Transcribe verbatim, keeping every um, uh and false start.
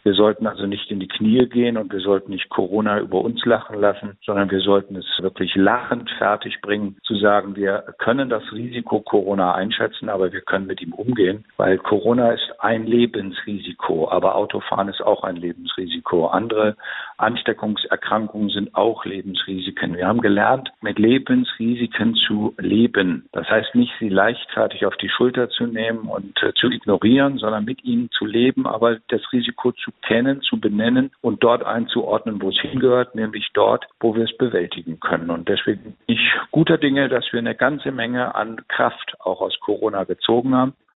Wir sollten also nicht in die Knie gehen und wir sollten nicht Corona über uns lachen lassen, sondern wir sollten es wirklich lachend fertig bringen, zu sagen, wir können das Risiko Corona einschätzen, aber wir können mit ihm umgehen, weil Corona ist ein Lebensrisiko, aber Autofahren ist auch ein Lebensrisiko. Andere Ansteckungserkrankungen sind auch Lebensrisiken. Wir haben gelernt, mit Lebensrisiken zu leben. Das heißt nicht, sie leichtfertig auf die Schulter zu nehmen und äh, zu ignorieren, sondern mit ihnen zu leben, aber das Risiko zu kennen, zu benennen und dort einzuordnen, wo es hingehört, nämlich dort, wo wir es bewältigen können. Und deswegen bin ich guter Dinge, dass wir eine ganze Menge an Kraft auch aus Corona gezogen haben.